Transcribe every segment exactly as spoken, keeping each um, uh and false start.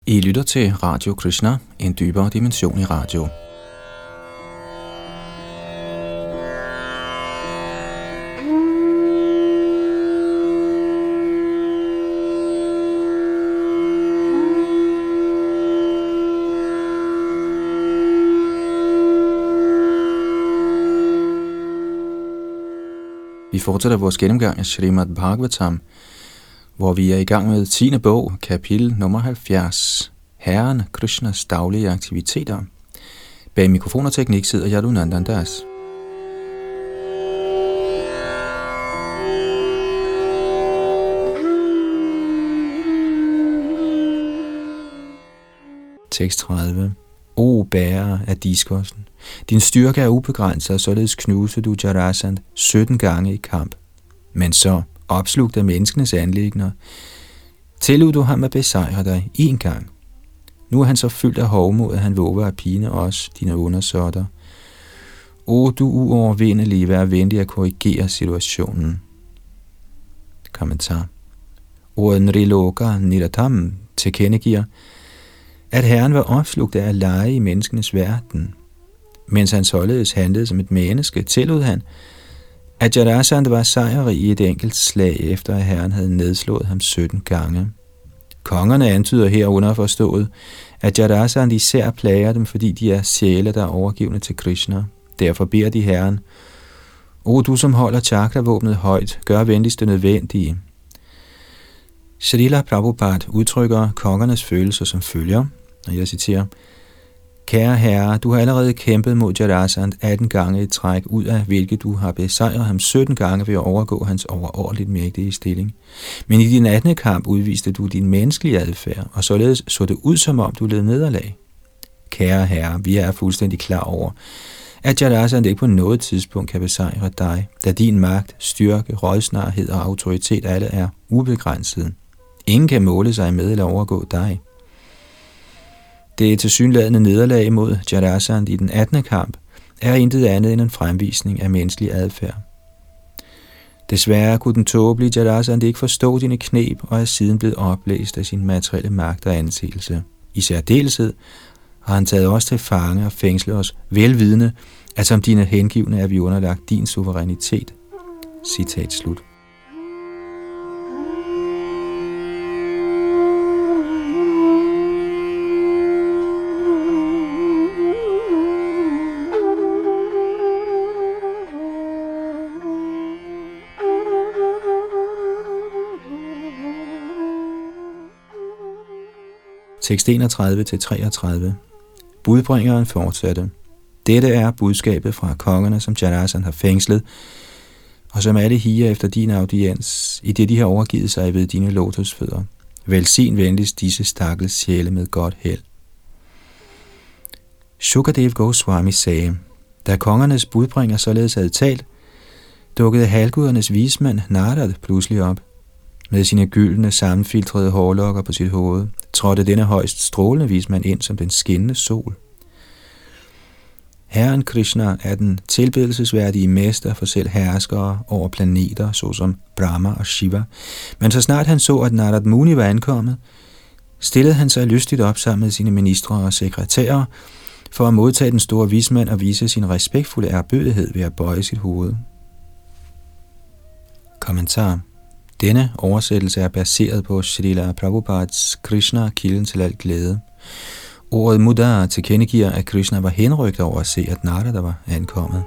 I lytter til Radio Krishna, en dybere dimension i radio. Vi fortsætter vores gennemgang af Srimad Bhagavatam, hvor vi er i gang med tiende bog, kapitel nummer halvfjerds, Herren Krishnas daglige aktiviteter. Bag mikrofon og teknik sidder Yadunandan Das. Tekst tredive. O bærer af diskosten, din styrke er ubegrænset, og således knuste du Jarasandh sytten gange i kamp. Men så, opslugt af menneskenes anliggender, tillod du ham at besejre dig én gang. Nu er han så fyldt af hovmod, at han våger at pine os, dine undersåtter. O du uovervindelige, vær venlig at korrigere situationen. Kommentar. Ordet Nriloka Niratam tilkendegiver, at Herren var opslugt af at lege i menneskenes verden. Mens han således handlede som et menneske, tillod han, at Jarasandh var sejrrig i et enkelt slag, efter at Herren havde nedslået ham sytten gange. Kongerne antyder her underforstået, at Jarasandh især plager dem, fordi de er sjæle, der er overgivne til Krishna. Derfor beder de Herren, O du som holder chakravåbnet højt, gør venligst det nødvendige. Srila Prabhupada udtrykker kongernes følelser som følger, og jeg citerer, Kære herre, du har allerede kæmpet mod Jarasandh atten gange i træk, ud af hvilket du har besejret ham sytten gange ved at overgå hans overordentligt mægtige stilling. Men i din attende kamp udviste du din menneskelige adfærd, og således så det ud som om du led nederlag. Kære herre, vi er fuldstændig klar over, at Jarasandh ikke på noget tidspunkt kan besejre dig, da din magt, styrke, rådsnarhed og autoritet alle er ubegrænsede. Ingen kan måle sig med eller overgå dig. Det tilsyneladende nederlag mod Jarasandh i den attende kamp er intet andet end en fremvisning af menneskelig adfærd. Desværre kunne den tåbelige Jarasandh ikke forstå dine kneb og er siden blevet oplæst af sin materielle magt og anseelse. I særdeleshed har han taget os til fange og fængslet os, velvidende, at som dine hengivne er vi underlagt din suverænitet. Citat slut. Tekst enogtredive til treogtredive. Budbringeren fortsatte. Dette er budskabet fra kongerne, som Jarasandh har fængslet, og som alle higer efter din audiens, i det de har overgivet sig ved dine lotusfødder. Velsign venligst disse stakkels sjæle med godt held. Shukadev Goswami sagde, da kongernes budbringer således havde talt, dukkede halvgudernes vismand Narad pludselig op. Med sine gyldne, sammenfiltrede hårlokker på sit hoved, trådte denne højst strålende vismand ind som den skinnende sol. Herren Krishna er den tilbedelsesværdige mester for selv herskere over planeter, såsom Brahma og Shiva, men så snart han så, at Narad Muni var ankommet, stillede han sig lystigt op sammen med sine ministre og sekretærer, for at modtage den store vismand og vise sin respektfulde ærbødighed ved at bøje sit hoved. Kommentar. Denne oversættelse er baseret på Srila Prabhupads Krishna, kilden til alt glæde. Ordet Mudar tilkendegiver, at Krishna var henrygt over at se, at Narada var ankommet.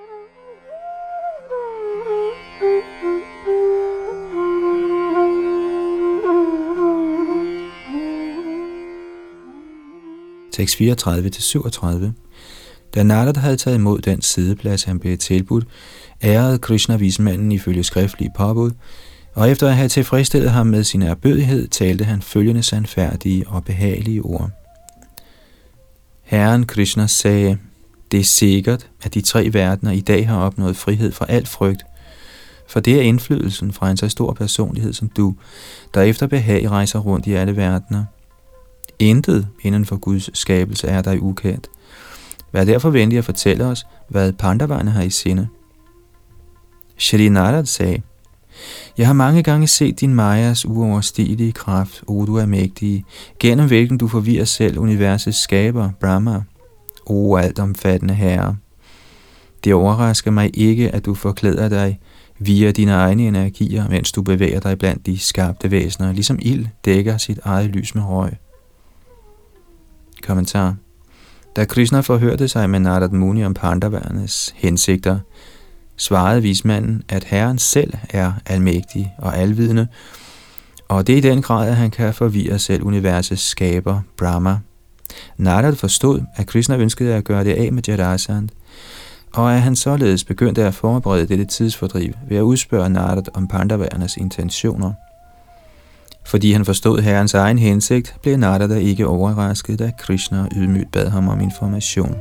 Tekst fireogtredive til syvogtredive. Da Narada havde taget imod den sideplads, han blev tilbudt, ærede Krishna vismanden ifølge skriftlige påbud, og efter at have tilfredsstillet ham med sin ærbødighed, talte han følgende sandfærdige og behagelige ord. Herren Krishna sagde, det er sikkert, at de tre verdener i dag har opnået frihed fra al frygt, for det er indflydelsen fra en så stor personlighed som du, der efter behag rejser rundt i alle verdener. Intet inden for Guds skabelse er dig ukendt. Vær derfor venlig at fortælle os, hvad Pandaverne har i sinde. Shri Narad sagde, Jeg har mange gange set din Mayas uoverstigelige kraft, o du er mægtige, gennem hvilken du forvirrer selv universets skaber, Brahma, o altomfattende herre. Det overrasker mig ikke, at du forklæder dig via dine egne energier, mens du bevæger dig blandt de skabte væsener, ligesom ild dækker sit eget lys med røg. Kommentar. Da Krishna forhørte sig med Narad Muni om Pandavaernes hensigter, svarede vismanden, at Herren selv er almægtig og alvidende, og det er i den grad, at han kan forvirre selv universets skaber, Brahma. Narad forstod, at Krishna ønskede at gøre det af med Jarasandha, og at han således begyndte at forberede dette tidsfordriv ved at udspørge Narad om Pandavaernes intentioner. Fordi han forstod herrens egen hensigt, blev Narada ikke overrasket, da Krishna ydmygt bad ham om information.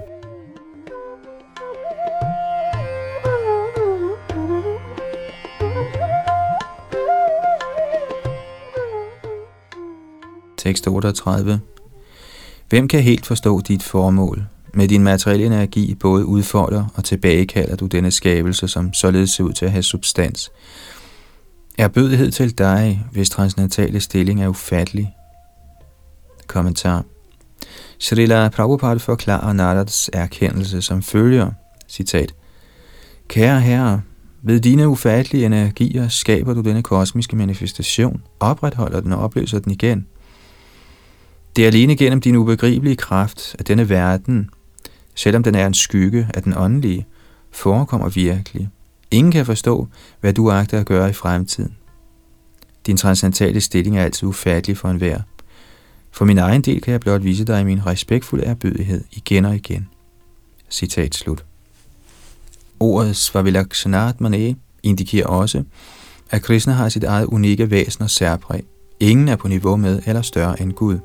Tekst otteogtredive. Hvem kan helt forstå dit formål? Med din materielle energi både udfordrer og tilbagekalder du denne skabelse, som således ser ud til at have substans. Ærbødighed til dig, hvis transcendentale stilling er ufattelig. Kommentar. Srila Prabhupada forklarer Narads erkendelse som følger, citat, Kære herre, ved dine ufattelige energier skaber du denne kosmiske manifestation, opretholder den og opløser den igen. Det er alene gennem din ubegribelige kraft, at denne verden, selvom den er en skygge af den åndelige, forekommer virkelig. Ingen kan forstå, hvad du agter at gøre i fremtiden. Din transcendentale stilling er altid ufattelig for enhver. For min egen del kan jeg blot vise dig min respektfulde ærbødighed igen og igen. Citat slut. Ordet Svavilakshanatmane indikerer også, at Krishna har sit eget unikke væsen og særpræg. Ingen er på niveau med eller større end Gud.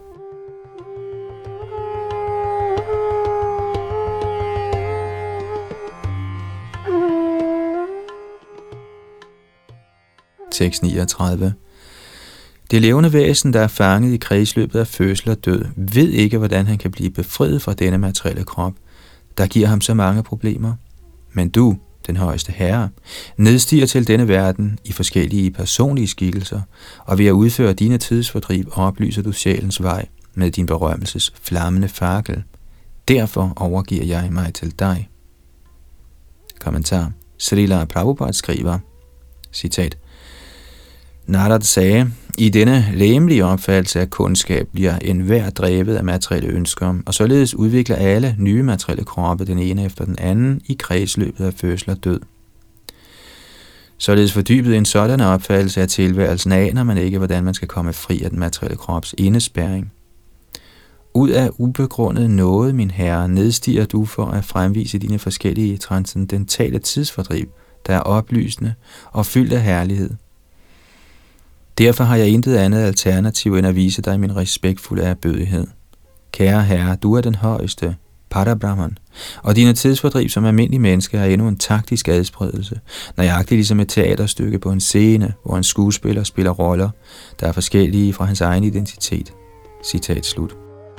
Tekst niogtredive. Det levende væsen, der er fanget i kredsløbet af fødsel og død, ved ikke, hvordan han kan blive befriet fra denne materielle krop, der giver ham så mange problemer. Men du, den højeste herre, nedstiger til denne verden i forskellige personlige skikkelser, og ved at udføre dine tidsfordriv oplyser du sjælens vej med din berømmelses flammende fakkel. Derfor overgiver jeg mig til dig. Kommentar. Srila Prabhupada skriver, citat, Narad sagde, i denne legemlige opfattelse af kundskab bliver enhver drevet af materielle ønsker, og således udvikler alle nye materielle kroppe den ene efter den anden i kredsløbet af fødsel og død. Således fordybet en sådan opfattelse af tilværelsen aner man ikke, hvordan man skal komme fri af den materielle krops indespærring. Ud af ubegrundet nåde, min herre, nedstiger du for at fremvise dine forskellige transcendentale tidsfordriv, der er oplysende og fyldt af herlighed. Derfor har jeg intet andet alternativ end at vise dig min respektfulde ærbødighed. Kære herre, du er den højeste, Parabrahman, og dine tidsfordriv som almindelige mennesker er endnu en taktisk adspredelse, nøjagtigt ligesom et teaterstykke på en scene, hvor en skuespiller spiller roller, der er forskellige fra hans egen identitet. Citat slut.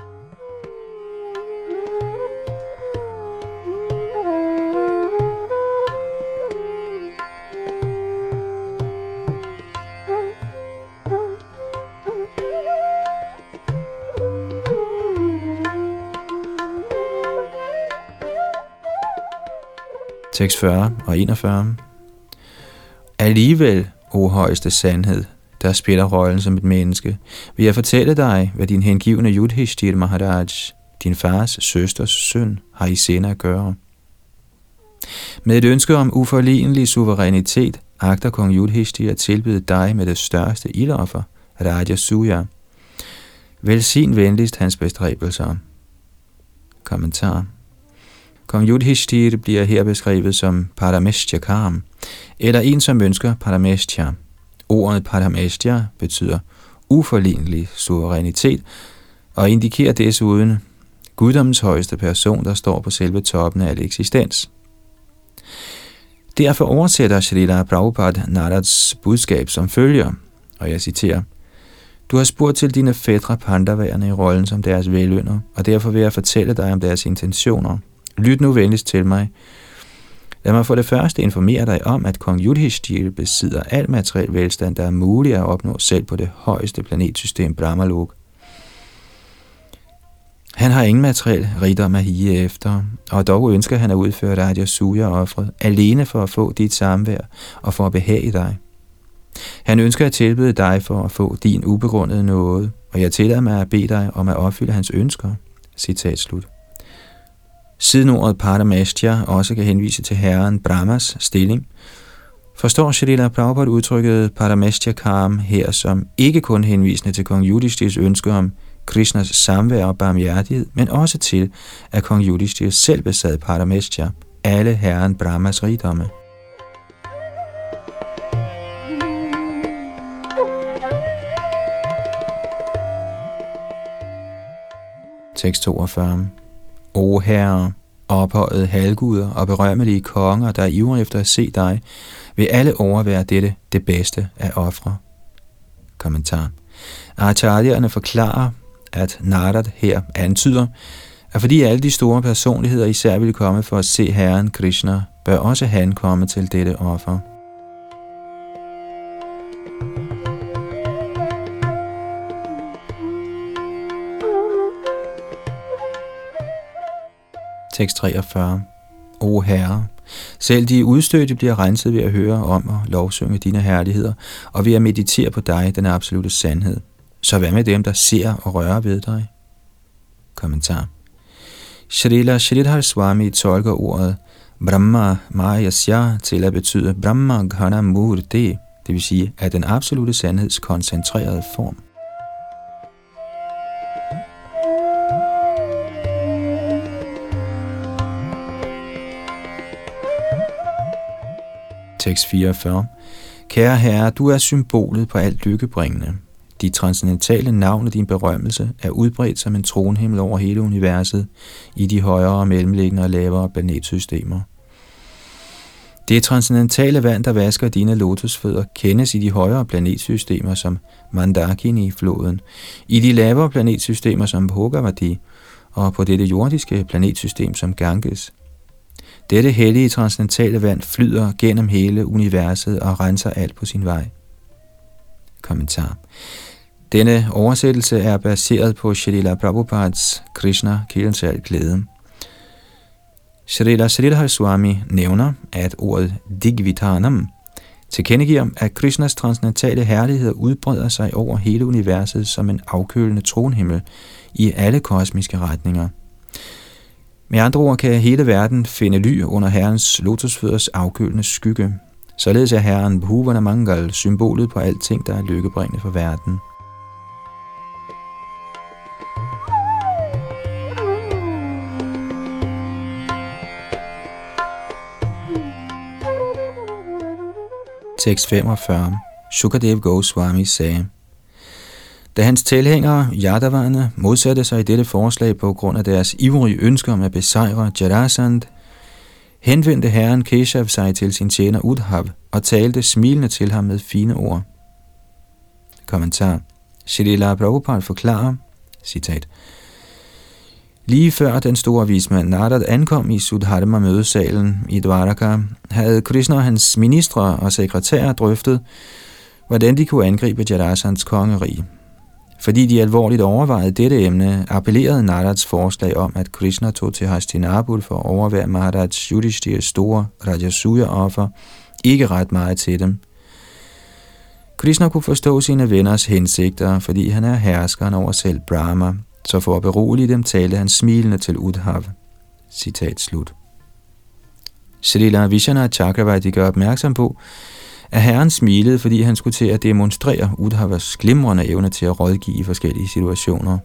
Tekst fyrre og enogfyrre. Alligevel, o højeste sandhed, der spiller rollen som et menneske, vil jeg fortælle dig, hvad din hengivne Yudhishthira Maharaj, din fars søsters søn, har i sinde at gøre. Med et ønske om uforlignelig suverænitet, agter kong Yudhishthira at tilbyde dig med det største ildoffer, Rajasuya. Velsign venligst hans bestræbelser. Kommentar. Kong Yudhishthira bliver her beskrevet som Parameshtya-kam, eller en, som ønsker Parameshtya. Ordet Parameshtya betyder uforlignelig suverænitet, og indikerer desuden guddommens højeste person, der står på selve toppen af al eksistens. Derfor oversætter Srila Prabhupada Narads budskab som følger, og jeg citerer, Du har spurgt til dine fætre Pandavaerne i rollen som deres velynder, og derfor vil jeg fortælle dig om deres intentioner. Lyt nu venligst til mig. Lad mig for det første informere dig om, at kong Yudhishthira besidder al materiel velstand, der er mulig at opnå selv på det højeste planetsystem Brahmalok. Han har ingen materiel rigdom at hige efter, og dog ønsker han at udføre Rajasuya-offret alene for at få dit samvær og for at behage dig. Han ønsker at tilbyde dig for at få din ubegrundede nåde, og jeg tillader mig at bede dig om at opfylde hans ønsker. Citat slut. Siden ordet Parameshya også kan henvise til herren Brahmas stilling, forstår Shrila Prabhupada udtrykket Parameshya Karam her som ikke kun henvisende til kong Yudhishthires ønske om Krishnas samvær og barmhjertighed, men også til, at kong Yudhishthira selv besad Parameshya, alle herren Brahmas rigdomme. Tekst toogfyrre. O herre, ophøjede halvguder og berømmelige konger, der er ivrig efter at se dig, vil alle overvære dette det bedste af ofre. Kommentar. Acharyerne forklarer, at Narad her antyder, at fordi alle de store personligheder især vil komme for at se herren Krishna, bør også han komme til dette offer. Tekst treogfyrre. O herre, selv de udstødte bliver renset ved at høre om og lovsynge dine herligheder, og ved at meditere på dig, den absolute sandhed. Så hvad med dem, der ser og rører ved dig? Kommentar. Shrila Sridhar Swami tolker ordet Brahma Mayasya til at betyde Brahma Ghana Murti, det vil sige, at den absolute sandheds koncentrerede form. Tekst fireogfyrre. Kære herre, du er symbolet på alt lykkebringende. De transcendentale navn og din berømmelse er udbredt som en tronhimmel over hele universet i de højere, mellemliggende og lavere planetsystemer. Det transcendentale vand, der vasker dine lotusfødder, kendes i de højere planetsystemer som Mandakini-floden, i de lavere planetsystemer som Bhogavati og på dette jordiske planetsystem som Ganges. Dette hellige transcendentale vand flyder gennem hele universet og renser alt på sin vej. Kommentar. Denne oversættelse er baseret på Shrila Prabhupads Krishna Kildens al glæde. Shrila Sridhar Swami nævner, at ordet Digvitanam tilkendegiver, at Krishnas transcendentale herlighed udbreder sig over hele universet som en afkølende tronhimmel i alle kosmiske retninger. Med andre ord kan hele verden finde ly under herrens lotusfødders afkølende skygge. Således er herren Bhuvana Mangal symbolet på alting, der er lykkebringende for verden. Tekst femogfyrre. Shukadev Goswami sagde: Da hans tilhængere, Yadaverne, modsatte sig i dette forslag på grund af deres ivrige ønsker om at besejre Jarasandh, henvendte herren Keshav sig til sin tjener Udhav og talte smilende til ham med fine ord. Kommentar. Shrila Prabhupada forklarer, citat, lige før den store vismand Narad ankom i Sudharma-mødesalen i Dvaraka, havde Krishna og hans ministre og sekretærer drøftet, hvordan de kunne angribe Jarasandhs kongerige. Fordi de alvorligt overvejede dette emne, appellerede Narads forslag om, at Krishna tog til Hastinapur for at overvære Maharaj Yudhishthires store Rajasuya-offer, ikke ret meget til dem. Krishna kunne forstå sine venners hensigter, fordi han er herskeren over selv Brahma, så for at berolige dem talte han smilende til Udhav. Citat slut. Srila Vishwanath Chakravarti gør opmærksom på, at herren smilede, fordi han skulle til at demonstrere Udhavas glimrende evne til at rådgive i forskellige situationer.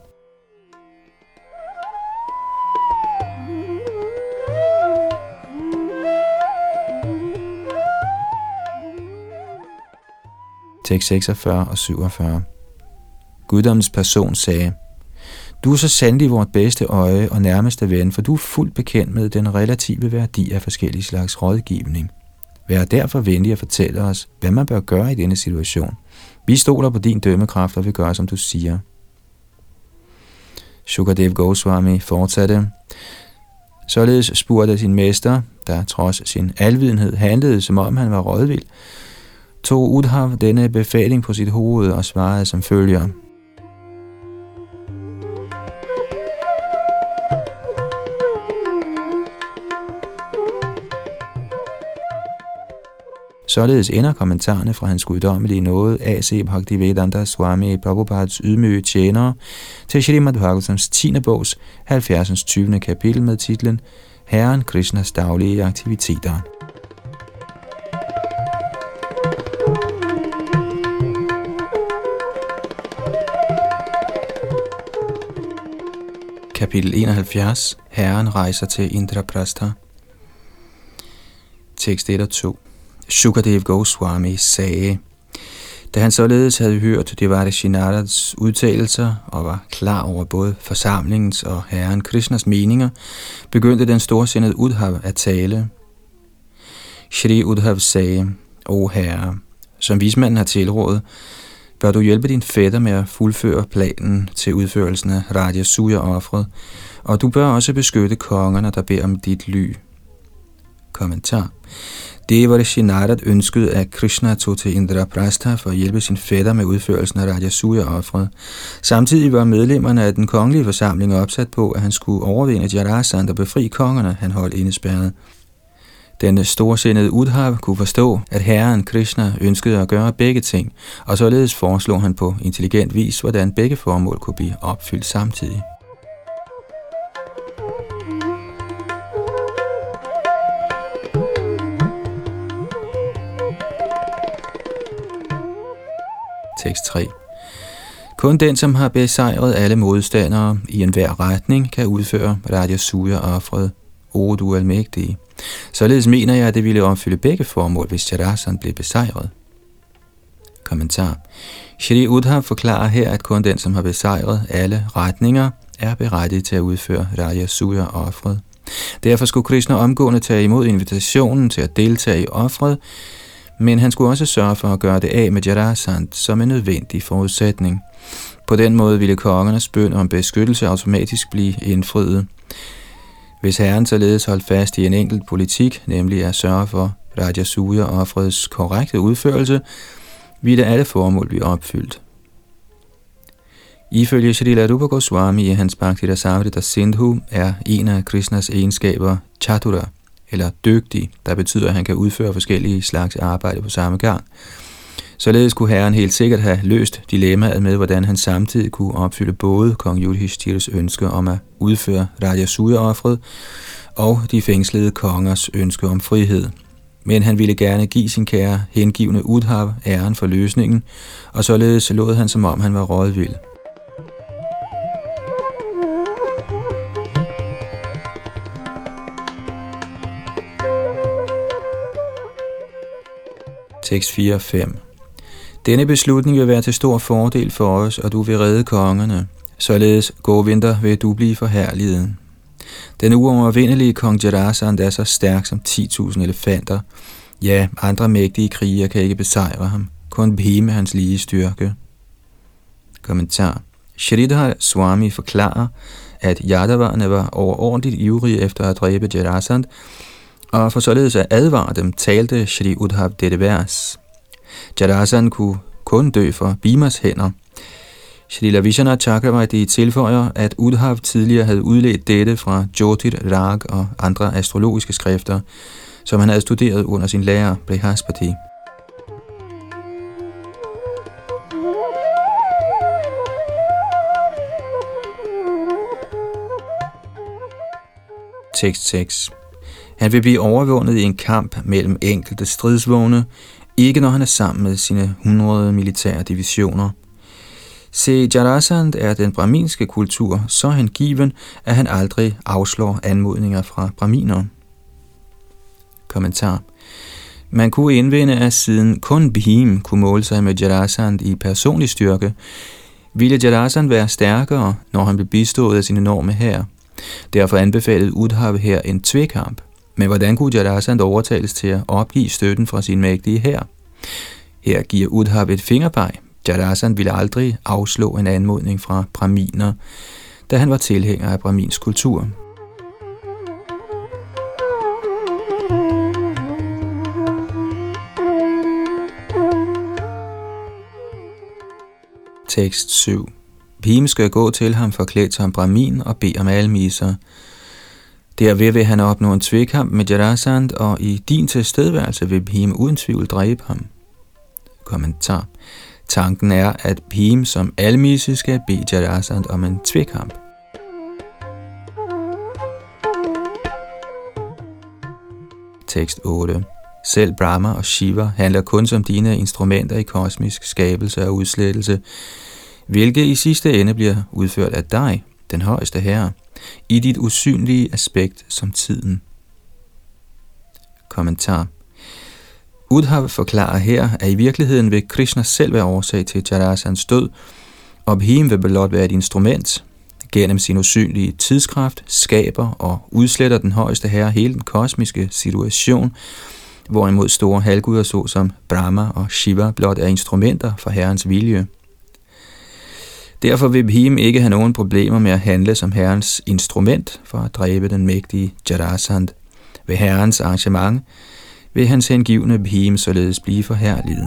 Tekst seksogfyrre og syvogfyrre. Guddommens person sagde: Du er så sandelig vort bedste øje og nærmeste ven, for du er fuldt bekendt med den relative værdi af forskellige slags rådgivning. Vær derfor venlig at fortælle os, hvad man bør gøre i denne situation. Vi stoler på din dømmekraft og vil gøre, som du siger. Shukadev Goswami fortsatte: Således spurgte sin mester, der trods sin alvidenhed handlede, som om han var rådvild, tog Uddhav denne befaling på sit hoved og svarede som følger. Således ender kommentarerne fra hans guddommelige nåde A C Bhaktivedanta Swami Prabhupads ydmyge tjenere til Srimad Bhagavatams tiende bogs halvfjerdsende tyvende kapitel med titlen Herren Krishnas daglige aktiviteter. Kapitel enoghalvfjerds. Herren rejser til Indraprastha. Tekst et og to. Shukadev Goswami sagde, da han således havde hørt Devarshi Narads udtalelser og var klar over både forsamlingens og herren Krishnas meninger, begyndte den storsindede Uddhav at tale. Shri Uddhav sagde, O herre, som vismanden har tilrådet, bør du hjælpe din fætter med at fuldføre planen til udførelsen af Rajasuya-offret, og du bør også beskytte kongerne, der beder om dit ly. Kommentar. Devarshi Narad ønskede, at Krishna tog til Indraprastha for at hjælpe sin fætter med udførelsen af Rajasuya-offret. Samtidig var medlemmerne af den kongelige forsamling opsat på, at han skulle overvinde Jarasandha og befri kongerne, han holdt indespærret. Den storsindede Uddhav kunne forstå, at herren Krishna ønskede at gøre begge ting, og således foreslog han på intelligent vis, hvordan begge formål kunne blive opfyldt samtidig. Tekst tre. Kun den, som har besejret alle modstandere i enhver retning, kan udføre Rajasuya-offret. O du almægtige. Således mener jeg, at det ville opfylde begge formål, hvis Jarasandha blev besejret. Kommentar. Shri Uddhav forklarer her, at kun den, som har besejret alle retninger, er berettiget til at udføre Rajasuya-offret. Derfor skulle Krishna omgående tage imod invitationen til at deltage i offret, men han skulle også sørge for at gøre det af med Jarasandha som en nødvendig forudsætning. På den måde ville kongernes bøn om beskyttelse automatisk blive indfriet. Hvis herren således holdt fast i en enkelt politik, nemlig at sørge for Rajasuya-offrets korrekte udførelse, ville alle formål blive opfyldt. Ifølge Srila Rupa Goswami i hans Bhakti Rasamrita Sindhu er en af Krishnas egenskaber chatura, eller dygtig, der betyder, at han kan udføre forskellige slags arbejde på samme gang. Således kunne herren helt sikkert have løst dilemmaet med, hvordan han samtidig kunne opfylde både kong Yudhishthires ønske om at udføre Rajasuya-offret og de fængslede kongers ønske om frihed. Men han ville gerne give sin kære hengivne Uddhav æren for løsningen, og således lod han, som om han var rådvild. Tekst fire og fem. Denne beslutning vil være til stor fordel for os, og du vil redde kongerne. Således Govinda vil du blive forherliget. Den uovervindelige kong Jarasandha er så stærk som ti tusind elefanter. Ja, andre mægtige krigere kan ikke besejre ham. Kun Bhima hans lige styrke. Kommentar. Shridhar Swami forklarer, at Yadavarne var overordentligt ivrige efter at dræbe Jarasandha, og for således at advare dem, talte Shri Uddhav dette vers. Jarasandha kunne kun dø for Bhimas hænder. Shrila Vishwanath Chakravarti tilføjer, at Uddhav tidligere havde udledt dette fra Jyotir Rag og andre astrologiske skrifter, som han havde studeret under sin lærer Brihaspati. Tekst seks. Han vil blive overvundet i en kamp mellem enkelte stridsvogne, ikke når han er sammen med sine hundrede militære divisioner. Se, Jarasandha er den brahminske kultur så hengiven, at han aldrig afslår anmodninger fra brahminer. Kommentar. Man kunne indvende, at siden kun Bhim kunne måle sig med Jarasandha i personlig styrke, ville Jarasandha være stærkere, når han blev bistået af sin enorme hær. Derfor anbefalede Uddhav her en tvekamp. Men hvordan kunne Jarasandha overtales til at opgive støtten fra sin mægtige hær? Her giver Uddhav et fingerpeg. Jarasandha ville aldrig afslå en anmodning fra brahminer, da han var tilhænger af brahminsk kultur. Tekst syv. Bhima skal gå til ham forklædt som brahmin og bede om almisser. Derved vil han opnå en tvekamp med Jarasandh, og i din tilstedeværelse vil Bhima uden tvivl dræbe ham. Kommentar. Tanken er, at Bhima som almisse skal bede Jarasandh om en tvekamp. Tekst otte. Selv Brahma og Shiva handler kun som dine instrumenter i kosmisk skabelse og udslettelse, hvilket i sidste ende bliver udført af dig, den højeste herre, i dit usynlige aspekt som tiden. Kommentar. Uddhav forklarer her, at i virkeligheden vil Krishna selv være årsag til Jarasandhs død, og Bhima vil blot være et instrument. Gennem sin usynlige tidskraft skaber og udsletter den højeste herre hele den kosmiske situation, hvorimod store halvguder såsom Brahma og Shiva blot er instrumenter for herrens vilje. Derfor vil Bhima ikke have nogen problemer med at handle som herrens instrument for at dræbe den mægtige Jarasandh. Ved herrens arrangement vil hans hengivne Bhima således blive forherliget.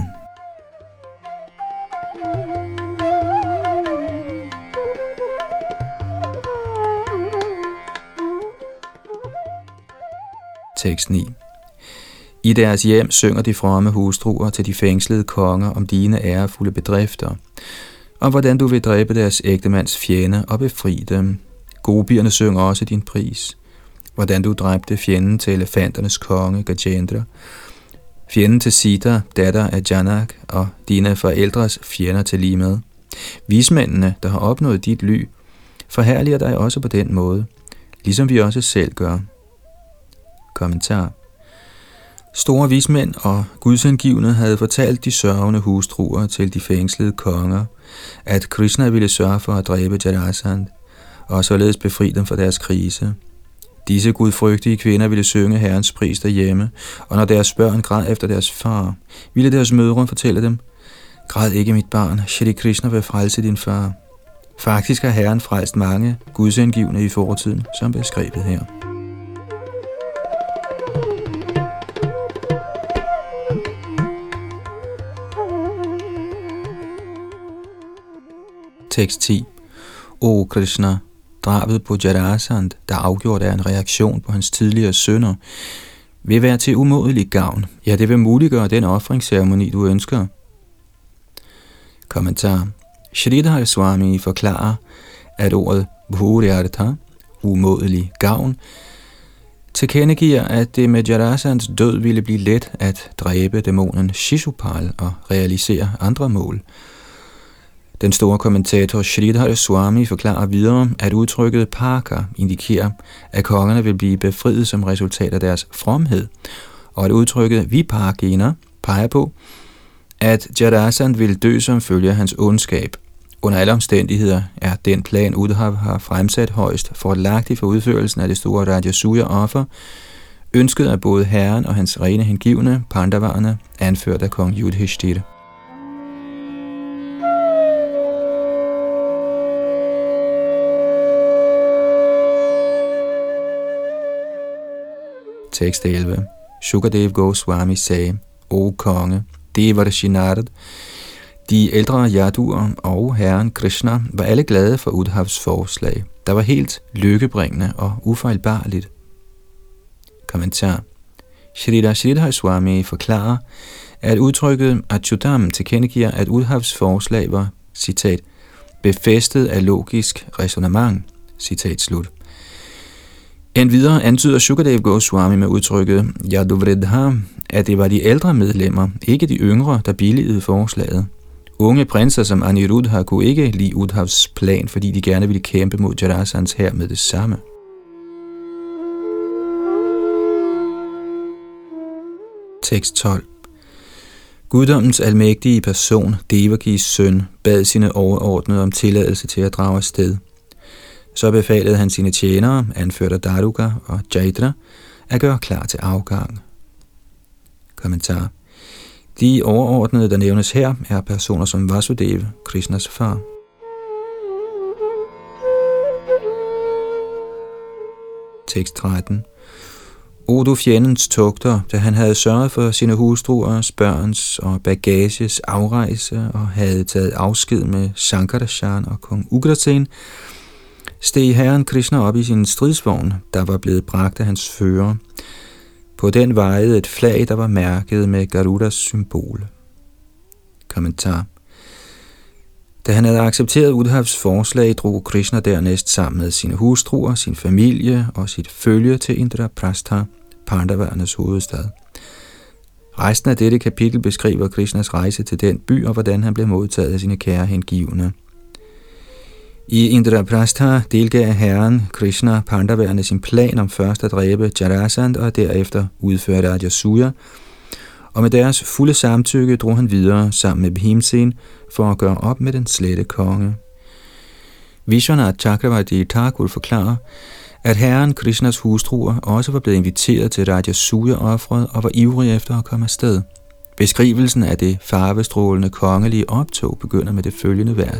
Tekst ni. I deres hjem synger de fromme hustruer til de fængslede konger om dine ærefulde bedrifter, og hvordan du vil dræbe deres ægtemands fjende og befri dem. Gopierne synger også din pris, hvordan du dræbte fjenden til elefanternes konge Gajendra, fjenden til Sita, datter af Janak, og dine forældres fjender til lige med. Vismændene, der har opnået dit ly, forherliger dig også på den måde, ligesom vi også selv gør. Kommentar. Store vismænd og gudsindgivne havde fortalt de sørgende hustruer til de fængslede konger, at Krishna ville sørge for at dræbe Jarasandh, og således befri dem for deres krise. Disse gudfrygtige kvinder ville synge herrens pris derhjemme, og når deres børn græd efter deres far, ville deres mødre fortælle dem: græd ikke, mit barn, Shri Krishna vil frelse din far. Faktisk har herren frelst mange gudsindgivne i fortiden, som beskrevet her. Tekst ti. O Krishna, drabet på Jarasandh, der afgjort er en reaktion på hans tidligere synder, vil være til umådelig gavn. Ja, det vil muliggøre den ofringsceremoni, du ønsker. Kommentar. Sridhar Swami forklarer, at ordet bhuryartha, umådelig gavn, tilkendegiver, at det med Jarasandhs død ville blive let at dræbe dæmonen Shishupal og realisere andre mål. Den store kommentator Sridhar Swami forklarer videre, at udtrykket Paka indikerer, at kongerne vil blive befriet som resultat af deres fromhed, og at udtrykket Vipakena peger på, at Jarasandh vil dø som følge af hans ondskab. Under alle omstændigheder er den plan, Uddhav har fremsat højst fordelagtig for udførelsen af det store Rajasuya-offer, ønsket af både herren og hans rene hengivne, Pandavarerne, anført af kong Yudhishthira. Tekst elleve. Shukadev Goswami sagde: O konge, Devarshi Narad, de ældre Yaduer og herren Krishna var alle glade for Uddhavs forslag, der var helt lykkebringende og ufejlbarligt. Kommentar. Sridhar Sridhar Swami forklarer, at udtrykket Achyutam tilkendegiver, at Uddhavs forslag var, citat, befæstet af logisk ræsonnement, citat slut. Endvidere antyder Shukadev Goswami med udtrykket Yaduvridha, at det var de ældre medlemmer, ikke de yngre, der billigede forslaget. Unge prinser som Aniruddha kunne ikke lide Uddhavs plan, fordi de gerne ville kæmpe mod Jarasandhs hær med det samme. Tekst tolv. Guddommens almægtige person, Devakis søn, bad sine overordnede om tilladelse til at drage afsted. Så befalede han sine tjenere, anført af Daruka og Jaitra, at gøre klar til afgang. Kommentar. De overordnede, der nævnes her, er personer som Vasudeva, Krishnas far. Tekst tretten. O du fjendens tugter, da han havde sørget for sine hustruers, børns og bagages afrejse og havde taget afsked med Shankaracharya og kong Ugrasen, steg herren Krishna op i sin stridsvogn, der var blevet bragt af hans fører. På den vejede et flag, der var mærket med Garudas symbol. Kommentar. Da han havde accepteret Uddhavs forslag, drog Krishna dernæst sammen med sine hustruer, sin familie og sit følge til Indraprastha, Pandavernes hovedstad. Resten af dette kapitel beskriver Krishnas rejse til den by og hvordan han blev modtaget af sine kære hengivne. I Indraprastha delgav herren Krishna Pandaverne sin plan om først at dræbe Jarasandha og derefter udføre Rajasuya, og med deres fulde samtykke drog han videre sammen med Bhimsen for at gøre op med den slette konge. Vishwanath Chakravarti Thakur forklarer, at herren Krishnas hustruer også var blevet inviteret til Rajasuya-offret og var ivrige efter at komme afsted. Beskrivelsen af det farvestrålende kongelige optog begynder med det følgende vers.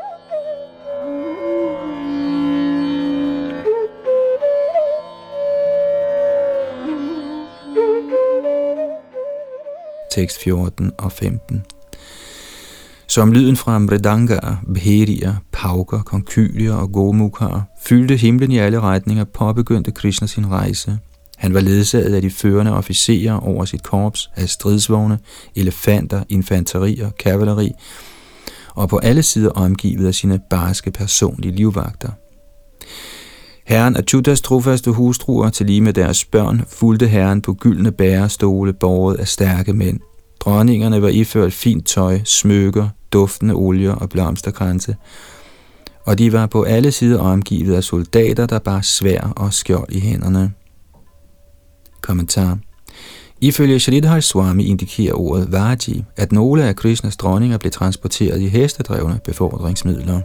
Tekst fjorten og femten. Som lyden fra mridangaer, bherier, pauker, konkylier og gomukhaer fyldte himlen i alle retninger, påbegyndte Krishna sin rejse. Han var ledsaget af de førende officerer over sit korps af stridsvogne, elefanter, infanteri og kavaleri, og på alle sider omgivet af sine barske personlige livvagter. Herren Achyutas trofaste hustruer til lige med deres børn fulgte herren på gyldne bærestole båret af stærke mænd. Dronningerne var iført fint tøj, smykker, duftende olier og blomsterkranse, og de var på alle sider omgivet af soldater, der bar sværd og skjold i hænderne. Kommentar. Ifølge Sridhar Swami indikerer ordet Vaji, at nogle af Krishnas dronninger blev transporteret i hestedrevne befordringsmidler.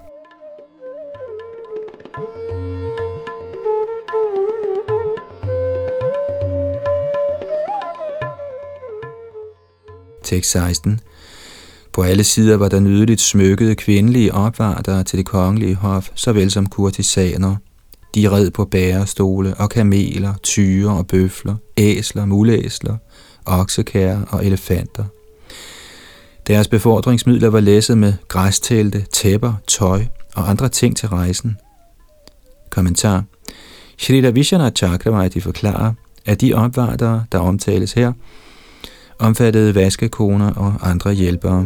Tekst seksten. På alle sider var der nydeligt smykkede kvindelige opvartere til det kongelige hof, såvel som kurtisaner. De red på bærestole og kameler, tyre og bøfler, æsler, mulæsler, oksekærer og elefanter. Deres befordringsmidler var læsset med græstelte, tæpper, tøj og andre ting til rejsen. Kommentar. Shrila Vishwanath Chakravarti forklarer, at de opvartere, der omtales her, omfattede vaskekoner og andre hjælpere.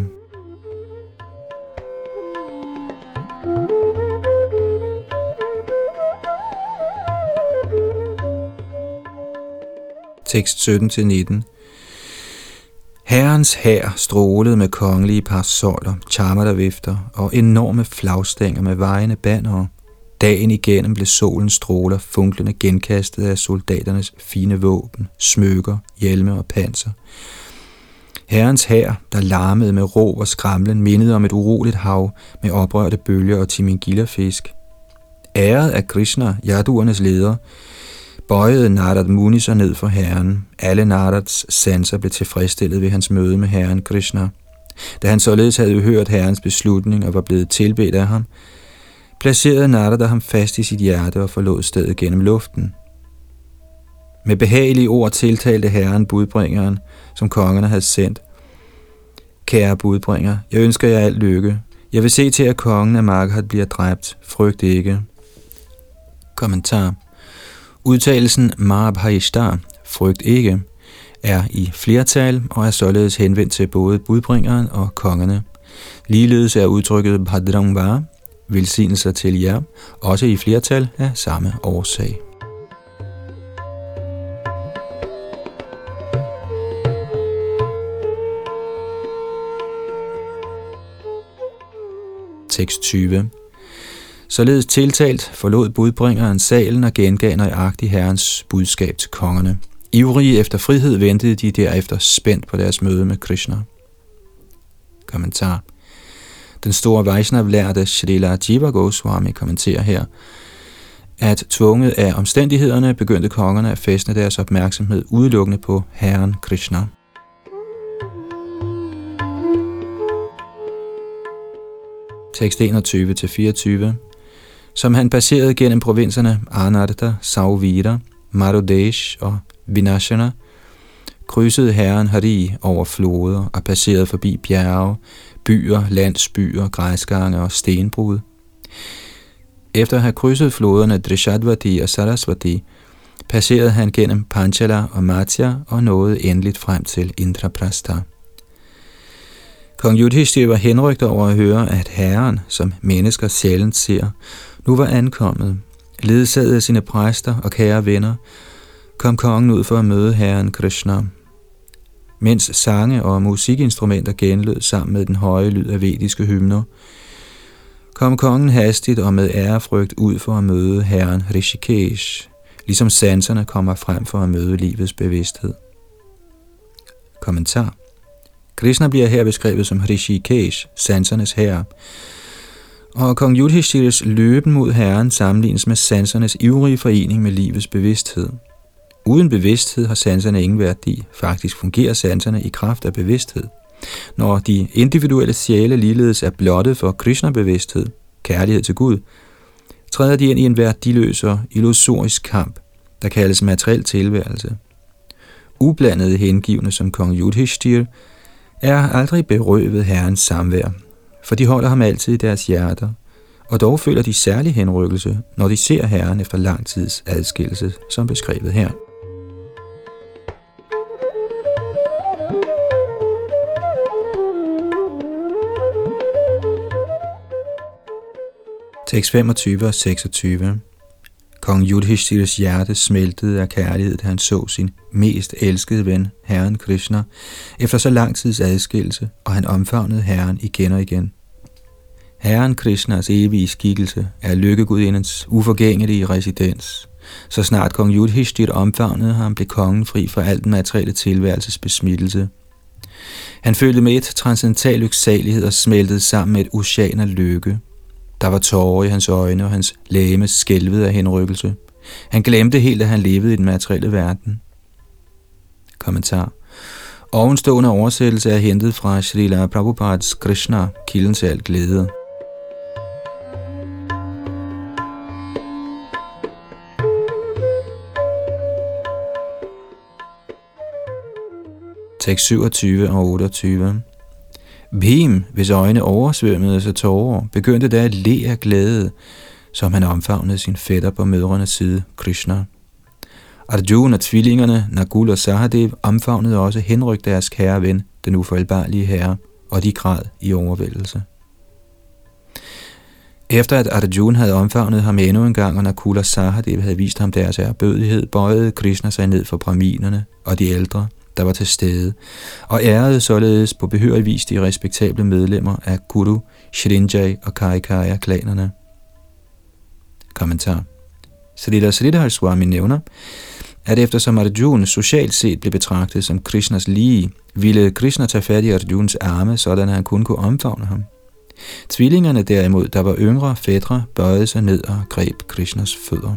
Tekst sytten til nitten. Herrens hær strålede med kongelige parasoller, charmadavifter og enorme flagstænger med vejende bannere. Dagen igennem blev solens stråler funklende genkastet af soldaternes fine våben, smykker, hjelme og panser. Herrens hær, der larmede med råb og skramlen, mindede om et uroligt hav med oprørte bølger og timingila-fisk. Æret af Krishna, jaduernes leder, bøjede Narad Muni sig ned for herren. Alle Narads sanser blev tilfredsstillet ved hans møde med herren Krishna. Da han således havde hørt herrens beslutning og var blevet tilbedt af ham, placerede Narada ham fast i sit hjerte og forlod stedet gennem luften. Med behagelige ord tiltalte herren budbringeren, som kongerne havde sendt. Kære budbringer, jeg ønsker jer alt lykke. Jeg vil se til, at kongen af Maghat bliver dræbt. Frygt ikke. Kommentar. Udtalelsen Mahabharishtar, frygt ikke, er i flertal og er således henvendt til både budbringeren og kongerne. Ligeledes er udtrykket Bhadrangva, velsignelser til jer, også i flertal af samme årsag. Tekst tyve. Således tiltalt forlod budbringeren salen og gengav nøjagtig herrens budskab til kongerne. Ivrige efter frihed ventede de derefter spændt på deres møde med Krishna. Kommentar. Den store Vaishnav-lærte Shrila Jiva Goswami kommenterer her, at tvunget af omstændighederne begyndte kongerne at fæstne deres opmærksomhed udelukkende på herren Krishna. Tekst enogtyve til fireogtyve. Som han passerede gennem provinserne Anarta, Sauvira, Marudesh og Vinashana, krydsede herren Hari over floder og passerede forbi bjerge, byer, landsbyer, græsgange og stenbrud. Efter at have krydset floderne Drishadvati og Sarasvati, passerede han gennem Panchala og Matsya og nåede endeligt frem til Indraprastha. Kong Yudhishthira var henrygt over at høre, at herren, som mennesker sjældent ser, nu var ankommet. Ledsaget af sine præster og kære venner, kom kongen ud for at møde herren Krishna. Mens sange og musikinstrumenter genlød sammen med den høje lyd af vediske hymner, kom kongen hastigt og med ærefrygt ud for at møde herren Rishikesh, ligesom sanserne kommer frem for at møde livets bevidsthed. Kommentar. Krishna bliver her beskrevet som Rishikesh, sansernes herre, og kong Yudhishthires løben mod herren sammenlignes med sansernes ivrige forening med livets bevidsthed. Uden bevidsthed har sanserne ingen værdi. Faktisk fungerer sanserne i kraft af bevidsthed. Når de individuelle sjæle ligeledes er blottet for Krishna-bevidsthed, kærlighed til Gud, træder de ind i en værdiløs og illusorisk kamp, der kaldes materiel tilværelse. Ublandede hengivne som kong Yudhishthira er aldrig berøvet herrens samvær, for de holder ham altid i deres hjerter, og dog føler de særlig henrykkelse, når de ser herren efter lang tids adskillelse, som beskrevet her. Tekst femogtyve og seksogtyve. Kong Yudhishthires hjerte smeltede af kærlighed, da han så sin mest elskede ven, herren Krishna, efter så lang tids adskillelse, og han omfavnede herren igen og igen. Herren Krishnas evige skikkelse er lykkegudindens uforgængelige residens. Så snart kong Yudhishthira omfavnede ham, blev kongen fri for al den materielle tilværelses besmittelse. Han følte med et transcendental lyksalighed og smeltede sammen med et ocean af lykke. Der var tårer i hans øjne, og hans legeme skælvede af henrykkelse. Han glemte helt, at han levede i den materielle verden. Kommentar. Ovenstående oversættelse er hentet fra Srila Prabhupads Krishna, kilden til al glæde. Tekst syvogtyve og otteogtyve. Bhim, hvis øjne oversvømmede sig tårer, begyndte da at le af glæde, som han omfavnede sin fætter på mødrenes side, Krishna. Arjuna og tvillingerne, Nakul og Sahadev, omfavnede også henrygt deres kære ven, den ufejlbarlige herre, og de græd i overvældelse. Efter at Arjuna havde omfavnet ham endnu en gang, og Nakul og Sahadev havde vist ham deres ærbødighed, bøjede Krishna sig ned for brahminerne og de ældre, der var til stede, og ærede således på behørig vis de respektable medlemmer af Kuru, Shrinjay og Kaikaya-klanerne. Kommentar. Srila Sridhar Swami nævner, at eftersom Arjuna socialt set blev betragtet som Krishnas lige, ville Krishna tage fat i Arjunas arme, sådan at han kun kunne omfavne ham. Tvillingerne derimod, der var yngre fætre, bøjede sig ned og greb Krishnas fødder.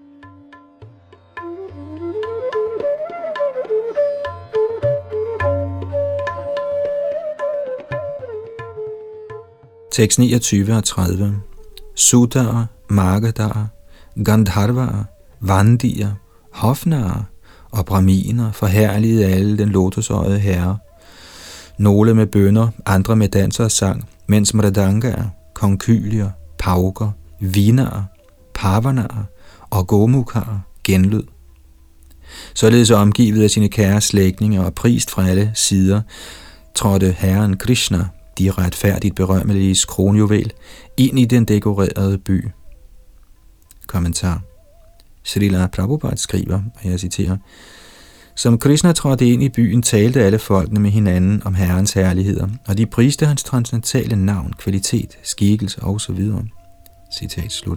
Tekst niogtyve og tredive. Sudar, Magadar, Gandharvar, Vandier, Hofnarer og Brahminer forherligede alle den lotusøjede herre. Nogle med bønner, andre med danser og sang, mens mridangaer, konkylier, pauker, vinarer, pavanarer og gomukharer genlød. Således omgivet af sine kære slægtninge og prist fra alle sider, trådte herren Krishna, de retfærdigt berømmelige kronjuvel, ind i den dekorerede by. Kommentar. Srila Prabhupada skriver, og jeg citerer, som Krishna trådte ind i byen, talte alle folkene med hinanden om herrens herligheder, og de priste hans transcendentale navn, kvalitet, skikkelse osv. Citat slut.